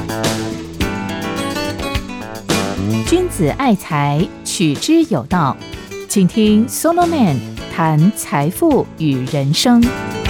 君子爱财，取之有道。请听 Solomon 谈财富与人生。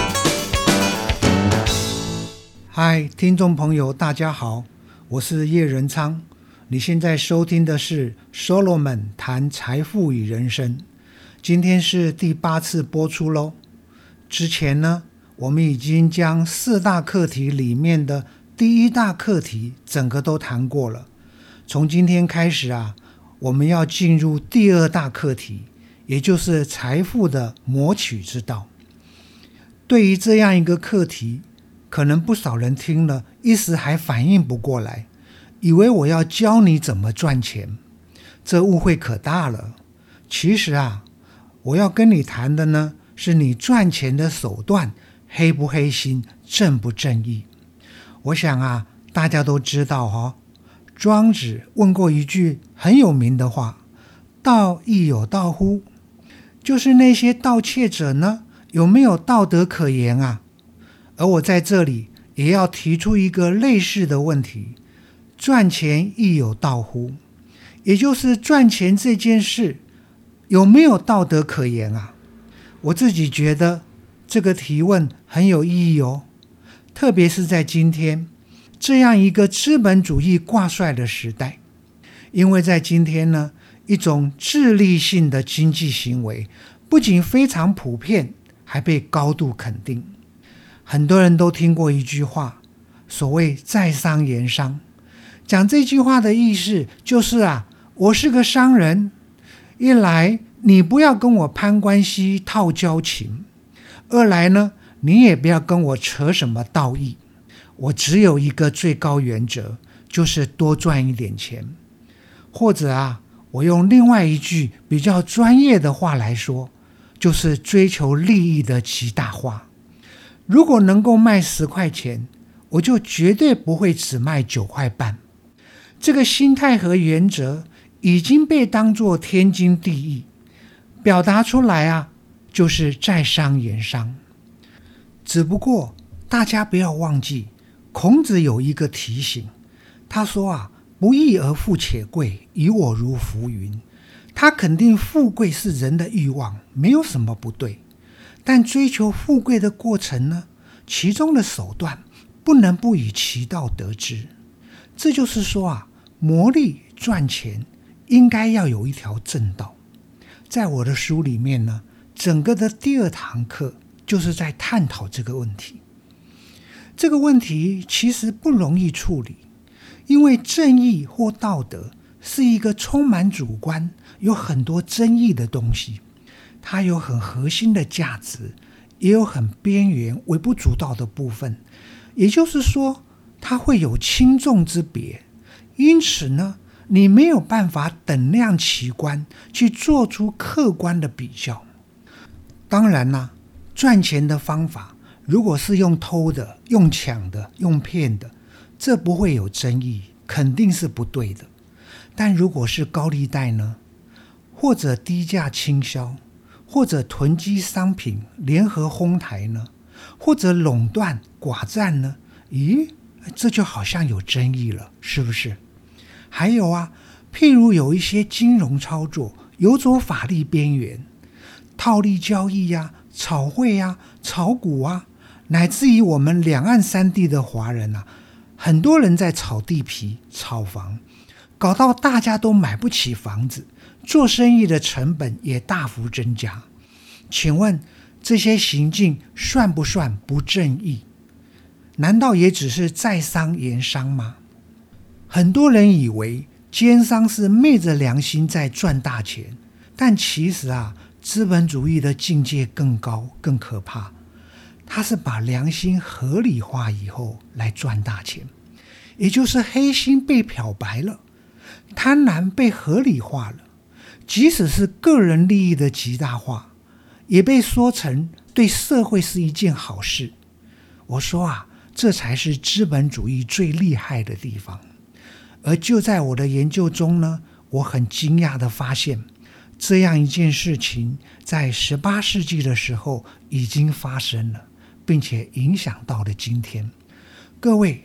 嗨，听众朋友大家好，我是叶仁昌。你现在收听的是 Solomon 谈财富与人生。今天是第8次播出咯。之前呢，我们已经将4大课题里面的第1大课题整个都谈过了。从今天开始我们要进入第2大课题，也就是财富的谋取之道。对于这样一个课题，可能不少人听了一时还反应不过来，以为我要教你怎么赚钱，这误会可大了。其实我要跟你谈的呢，是你赚钱的手段黑不黑心，正不正义。我想大家都知道庄子问过一句很有名的话，道亦有道乎？就是那些盗窃者呢，有没有道德可言啊？而我在这里也要提出一个类似的问题，赚钱亦有道乎？也就是赚钱这件事有没有道德可言啊？我自己觉得这个提问很有意义特别是在今天这样一个资本主义挂帅的时代。因为在今天呢，一种自利性的经济行为不仅非常普遍，还被高度肯定。很多人都听过一句话，所谓在商言商。讲这句话的意思就是我是个商人，一来你不要跟我攀关系套交情，二来呢，你也不要跟我扯什么道义。我只有一个最高原则，就是多赚一点钱。或者我用另外一句比较专业的话来说，就是追求利益的极大化。如果能够卖10块钱，我就绝对不会只卖9块半。这个心态和原则已经被当作天经地义，表达出来就是在商言商。只不过大家不要忘记，孔子有一个提醒，他说不义而富且贵，以我如浮云。他肯定富贵是人的欲望，没有什么不对，但追求富贵的过程呢，其中的手段不能不以其道得之。这就是说谋利赚钱应该要有一条正道。在我的书里面呢，整个的第2堂课就是在探讨这个问题。这个问题其实不容易处理，因为正义或道德是一个充满主观，有很多争议的东西。它有很核心的价值，也有很边缘微不足道的部分。也就是说，它会有轻重之别。因此呢，你没有办法等量齐观去做出客观的比较。当然赚钱的方法如果是用偷的、用抢的、用骗的，这不会有争议，肯定是不对的。但如果是高利贷呢，或者低价倾销，或者囤积商品联合哄抬呢，或者垄断寡占呢，这就好像有争议了，是不是？还有譬如有一些金融操作游走法律边缘，套利交易炒汇炒股乃至于我们两岸3地的华人很多人在炒地皮、炒房，搞到大家都买不起房子，做生意的成本也大幅增加。请问这些行径算不算不正义？难道也只是在商言商吗？很多人以为奸商是昧着良心在赚大钱，但其实资本主义的境界更高更可怕。它是把良心合理化以后来赚大钱，也就是黑心被漂白了，贪婪被合理化了，即使是个人利益的极大化，也被说成对社会是一件好事。我说这才是资本主义最厉害的地方。而就在我的研究中呢，我很惊讶地发现，这样一件事情在18世纪的时候已经发生了，并且影响到了今天。各位，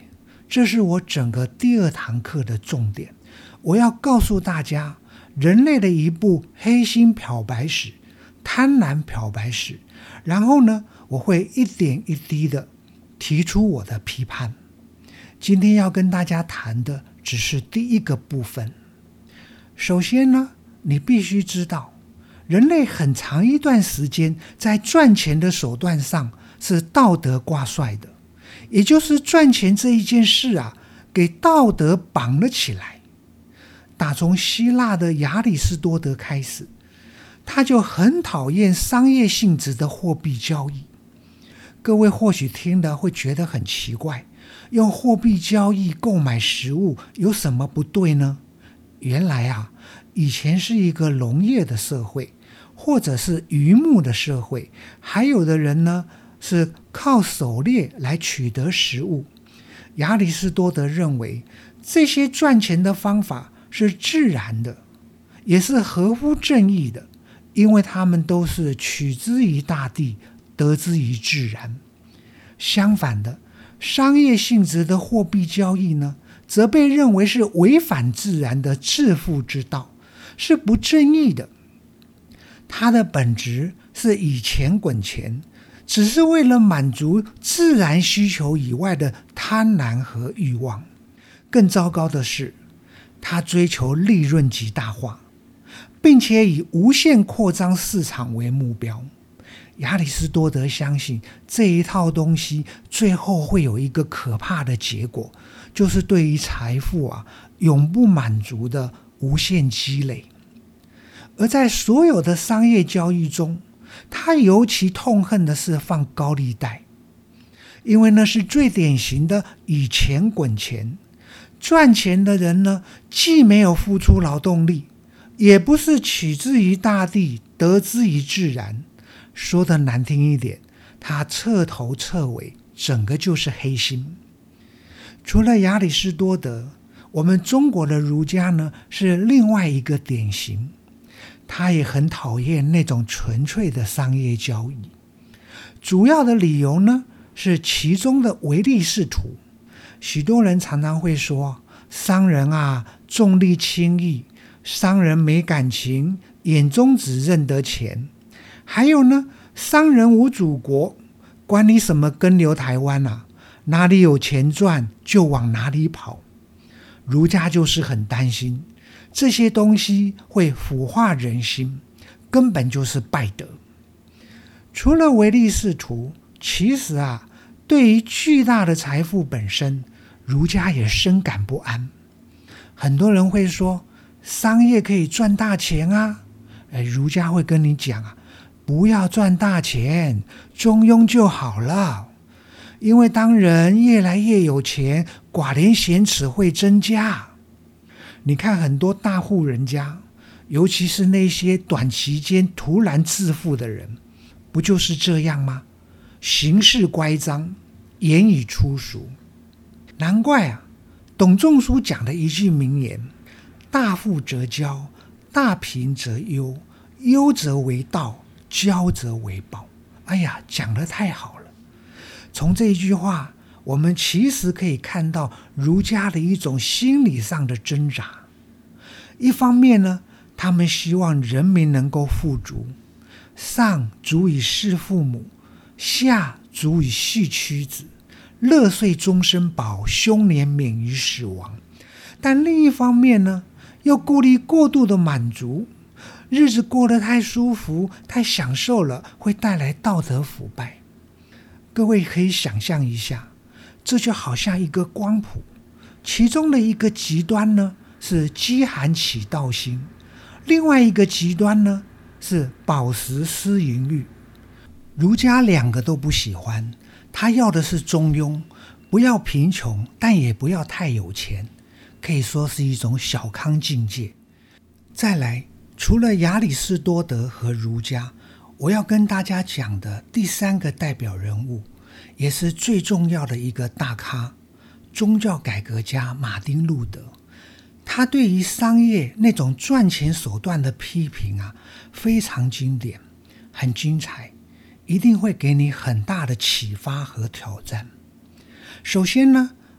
这是我整个第2堂课的重点。我要告诉大家人类的一部黑心漂白史、贪婪漂白史，然后呢，我会一点一滴的提出我的批判。今天要跟大家谈的只是第1个部分。首先呢，你必须知道，人类很长一段时间在赚钱的手段上是道德挂帅的，也就是赚钱这一件事啊，给道德绑了起来。打从希腊的亚里士多德开始，他就很讨厌商业性质的货币交易。各位或许听了会觉得很奇怪，用货币交易购买食物有什么不对呢？原来啊，以前是一个农业的社会，或者是渔牧的社会，还有的人呢是靠狩猎来取得食物。亚里士多德认为，这些赚钱的方法是自然的，也是合乎正义的，因为他们都是取之于大地，得之于自然。相反的，商业性质的货币交易呢，则被认为是违反自然的致富之道，是不正义的。它的本质是以钱滚钱，只是为了满足自然需求以外的贪婪和欲望。更糟糕的是，它追求利润极大化，并且以无限扩张市场为目标。亚里士多德相信这一套东西最后会有一个可怕的结果，就是对于财富啊永不满足的无限积累。而在所有的商业交易中，他尤其痛恨的是放高利贷，因为那是最典型的以钱滚钱。赚钱的人呢，既没有付出劳动力，也不是取之于大地，得之于自然。说的难听一点，他彻头彻尾整个就是黑心。除了亚里士多德，我们中国的儒家呢是另外一个典型，他也很讨厌那种纯粹的商业交易。主要的理由呢是其中的唯利是图。许多人常常会说，商人啊重利轻义，商人没感情，眼中只认得钱。还有呢，商人无祖国，管你什么根流台湾啊，哪里有钱赚就往哪里跑。儒家就是很担心这些东西会腐化人心，根本就是败德。除了唯利是图，其实啊，对于巨大的财富本身，儒家也深感不安。很多人会说，商业可以赚大钱啊，儒家会跟你讲啊，不要赚大钱，中庸就好了。因为当人越来越有钱，寡廉鲜耻会增加。你看很多大户人家，尤其是那些短期间突然致富的人，不就是这样吗？行事乖张，言语粗俗。难怪啊，董仲舒讲的一句名言，大富则骄，大贫则忧，忧则为道，骄则为暴。哎呀，讲得太好了。从这一句话，我们其实可以看到儒家的一种心理上的挣扎。一方面呢，他们希望人民能够富足，上足以事父母，下足以系妻子，乐岁终身保，凶年免于死亡。但另一方面呢，又顾虑过度的满足，日子过得太舒服，太享受了，会带来道德腐败。各位可以想象一下，这就好像一个光谱，其中的一个极端呢是饥寒起盗心，另外一个极端呢是饱食思淫欲。儒家两个都不喜欢，他要的是中庸，不要贫穷，但也不要太有钱，可以说是一种小康境界。再来，除了亚里士多德和儒家，我要跟大家讲的第三个代表人物，也是最重要的一个大咖，宗教改革家马丁路德。他对于商业那种赚钱手段的批评啊，非常经典，很精彩，一定会给你很大的启发和挑战。首先呢，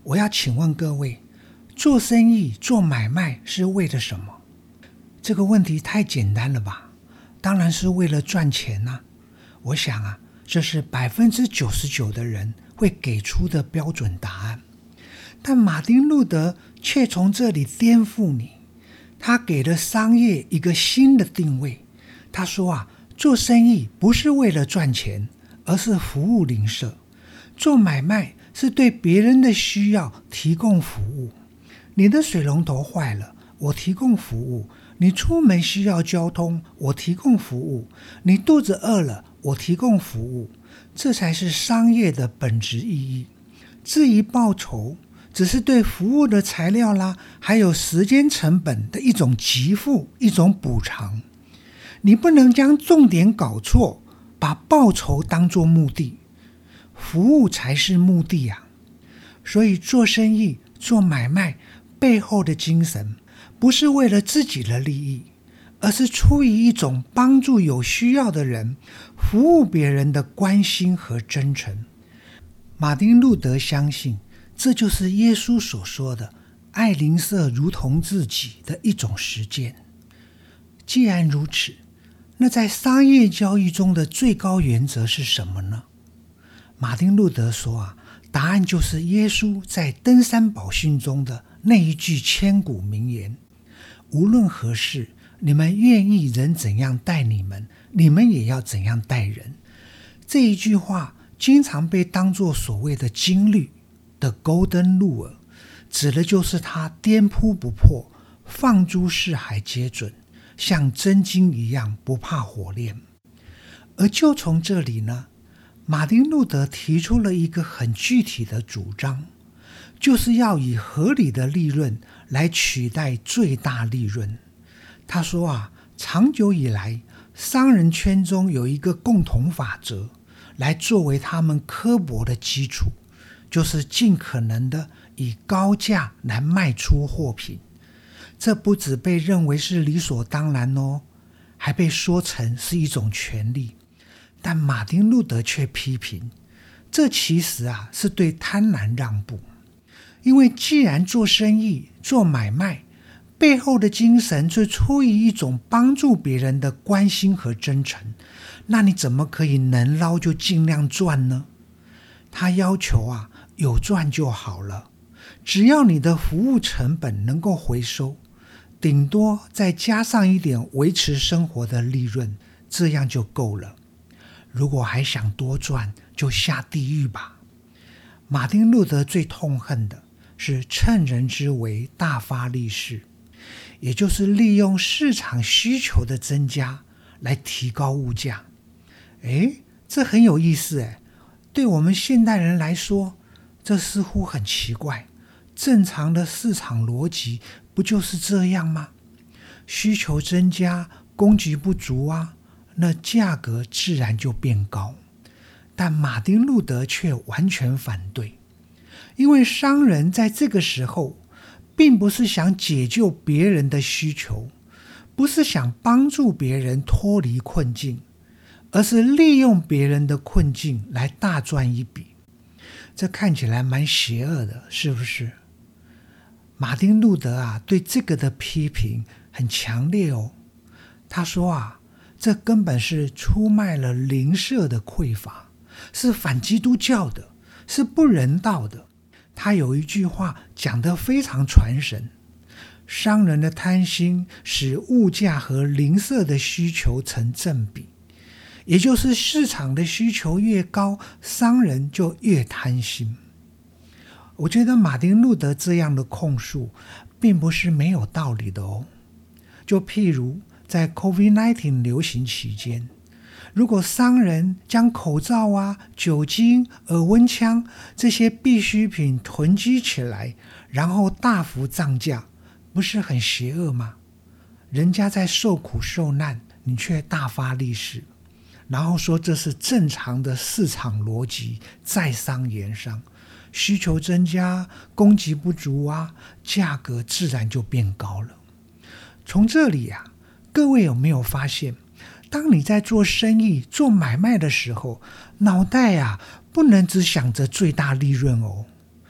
我要请问各位，做生意、做买卖是为了什么？这个问题太简单了吧？当然是为了赚钱啊。我想啊，这是99%的人会给出的标准答案。但马丁路德却从这里颠覆你，他给了商业一个新的定位。他说啊，做生意不是为了赚钱，而是服务邻舍。做买卖是对别人的需要提供服务。你的水龙头坏了，我提供服务；你出门需要交通，我提供服务；你肚子饿了，我提供服务。这才是商业的本质意义。至于报酬，只是对服务的材料啦，还有时间成本的一种给付，一种补偿。你不能将重点搞错，把报酬当作目的，服务才是目的啊。所以做生意、做买卖背后的精神，不是为了自己的利益，而是出于一种帮助有需要的人、服务别人的关心和真诚。马丁路德相信，这就是耶稣所说的爱邻舍如同自己的一种实践。既然如此，那在商业交易中的最高原则是什么呢？马丁路德说啊，答案就是耶稣在登山宝训中的那一句千古名言：无论何事，你们愿意人怎样待你们，你们也要怎样待人。这一句话经常被当作所谓的金律的 Golden Rule， 指的就是他颠扑不破，放诸四海皆准，像真金一样不怕火炼。而就从这里呢，马丁路德提出了一个很具体的主张，就是要以合理的利润来取代最大利润。他说啊，长久以来，商人圈中有一个共同法则，来作为他们刻薄的基础，就是尽可能的以高价来卖出货品。这不只被认为是理所当然哦，还被说成是一种权利。但马丁路德却批评，这其实是对贪婪让步。因为既然做生意、做买卖，背后的精神是出于一种帮助别人的关心和真诚，那你怎么可以能捞就尽量赚呢？他要求有赚就好了，只要你的服务成本能够回收，顶多再加上一点维持生活的利润，这样就够了。如果还想多赚，就下地狱吧。马丁路德最痛恨的是趁人之危大发利市，也就是利用市场需求的增加来提高物价。这很有意思对我们现代人来说，这似乎很奇怪。正常的市场逻辑不就是这样吗？需求增加，供给不足那价格自然就变高。但马丁路德却完全反对，因为商人在这个时候并不是想解救别人的需求，不是想帮助别人脱离困境，而是利用别人的困境来大赚一笔。这看起来蛮邪恶的，是不是？马丁路德对这个的批评很强烈哦。他说这根本是出卖了邻舍的匮乏，是反基督教的，是不人道的。他有一句话讲得非常传神：商人的贪心使物价和邻舍的需求成正比，也就是市场的需求越高，商人就越贪心。我觉得马丁路德这样的控诉并不是没有道理的哦。就譬如在 COVID-19 流行期间，如果商人将口罩酒精、耳温枪这些必需品囤积起来，然后大幅涨价，不是很邪恶吗？人家在受苦受难，你却大发利市，然后说这是正常的市场逻辑，在商言商，需求增加，供给不足价格自然就变高了。从这里各位有没有发现，当你在做生意、做买卖的时候，脑袋不能只想着最大利润哦，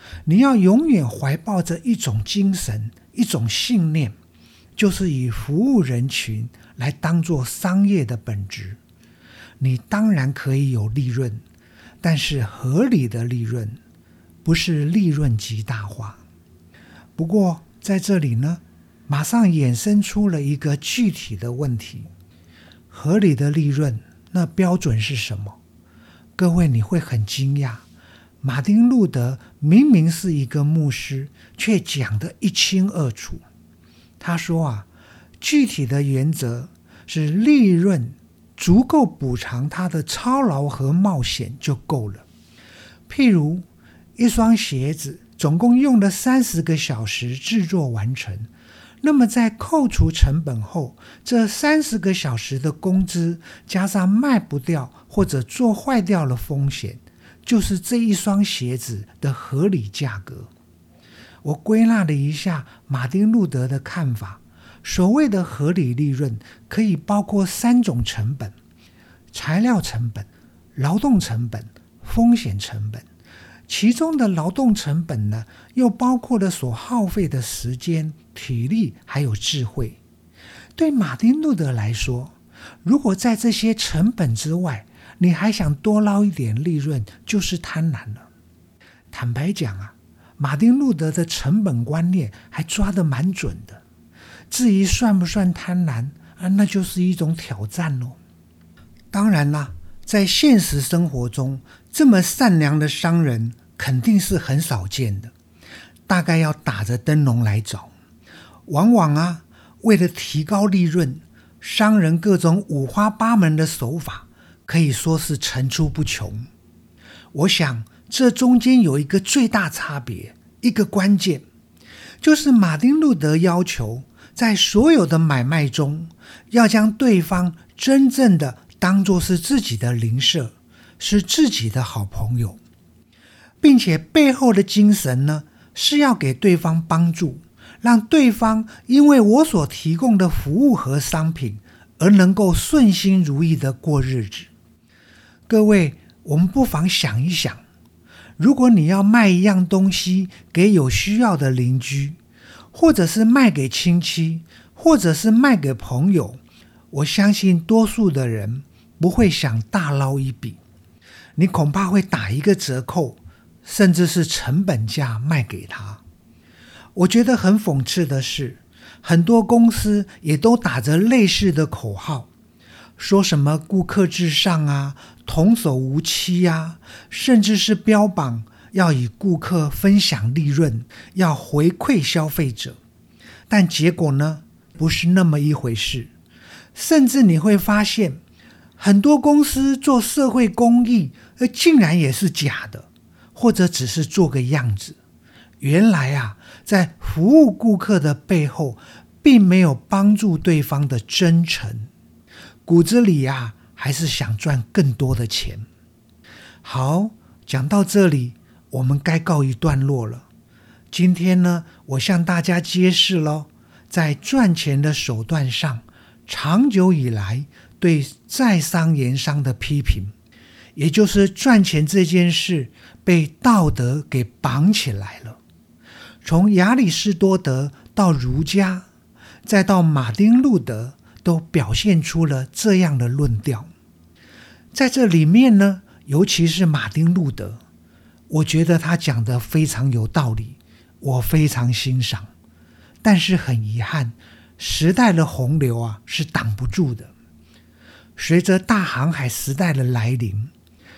你要永远怀抱着一种精神，一种信念，就是以服务人群来当作商业的本质。你当然可以有利润，但是合理的利润，不是利润极大化。不过在这里呢，马上衍生出了一个具体的问题：合理的利润，那标准是什么？各位，你会很惊讶，马丁路德明明是一个牧师，却讲得一清二楚。他说具体的原则是利润足够补偿他的操劳和冒险就够了。譬如一双鞋子总共用了30个小时制作完成，那么在扣除成本后，这30个小时的工资加上卖不掉或者做坏掉的风险，就是这一双鞋子的合理价格。我归纳了一下马丁路德的看法，所谓的合理利润可以包括3种成本：材料成本、劳动成本、风险成本。其中的劳动成本呢，又包括了所耗费的时间、体力还有智慧。对马丁路德来说，如果在这些成本之外，你还想多捞一点利润，就是贪婪了。坦白讲马丁路德的成本观念还抓得蛮准的。至于算不算贪婪那就是一种挑战咯。当然啦，在现实生活中，这么善良的商人肯定是很少见的，大概要打着灯笼来找。往往为了提高利润，商人各种五花八门的手法可以说是层出不穷。我想这中间有一个最大差别，一个关键，就是马丁路德要求在所有的买卖中，要将对方真正的当作是自己的邻舍，是自己的好朋友，并且背后的精神呢，是要给对方帮助，让对方因为我所提供的服务和商品而能够顺心如意的过日子。各位，我们不妨想一想，如果你要卖一样东西给有需要的邻居，或者是卖给亲戚，或者是卖给朋友，我相信多数的人不会想大捞一笔，你恐怕会打一个折扣，甚至是成本价卖给他。我觉得很讽刺的是，很多公司也都打着类似的口号，说什么顾客至上童叟无欺甚至是标榜要与顾客分享利润，要回馈消费者。但结果呢，不是那么一回事。甚至你会发现，很多公司做社会公益竟然也是假的，或者只是做个样子。原来在服务顾客的背后，并没有帮助对方的真诚，骨子里还是想赚更多的钱。好，讲到这里，我们该告一段落了。今天呢，我向大家揭示了，在赚钱的手段上，长久以来对在商言商的批评，也就是赚钱这件事被道德给绑起来了。从亚里士多德到儒家，再到马丁路德，都表现出了这样的论调。在这里面呢，尤其是马丁路德，我觉得他讲得非常有道理，我非常欣赏。但是很遗憾，时代的洪流是挡不住的。随着大航海时代的来临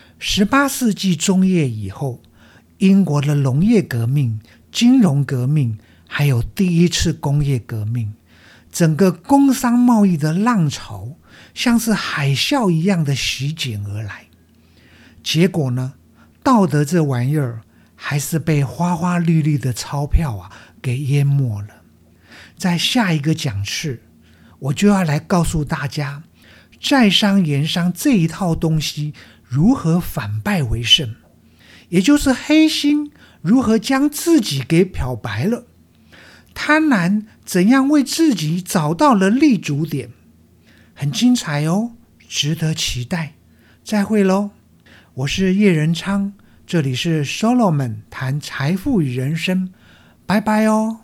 ，18世纪中叶以后，英国的农业革命、金融革命，还有第一次工业革命，整个工商贸易的浪潮像是海啸一样的席卷而来。结果呢，道德这玩意儿还是被花花绿绿的钞票给淹没了。在下一个讲次，我就要来告诉大家，在商言商这一套东西如何反败为胜，也就是黑心如何将自己给漂白了，贪婪怎样为自己找到了立足点。很精彩哦，值得期待。再会咯，我是叶仁昌， 这里是 Solomon 谈财富与人生，拜拜哦。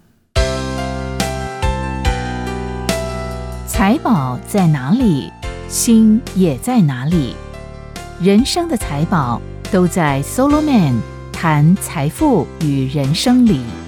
财宝在哪里，心也在哪里。人生的财宝都在 Solomon 谈财富与人生里。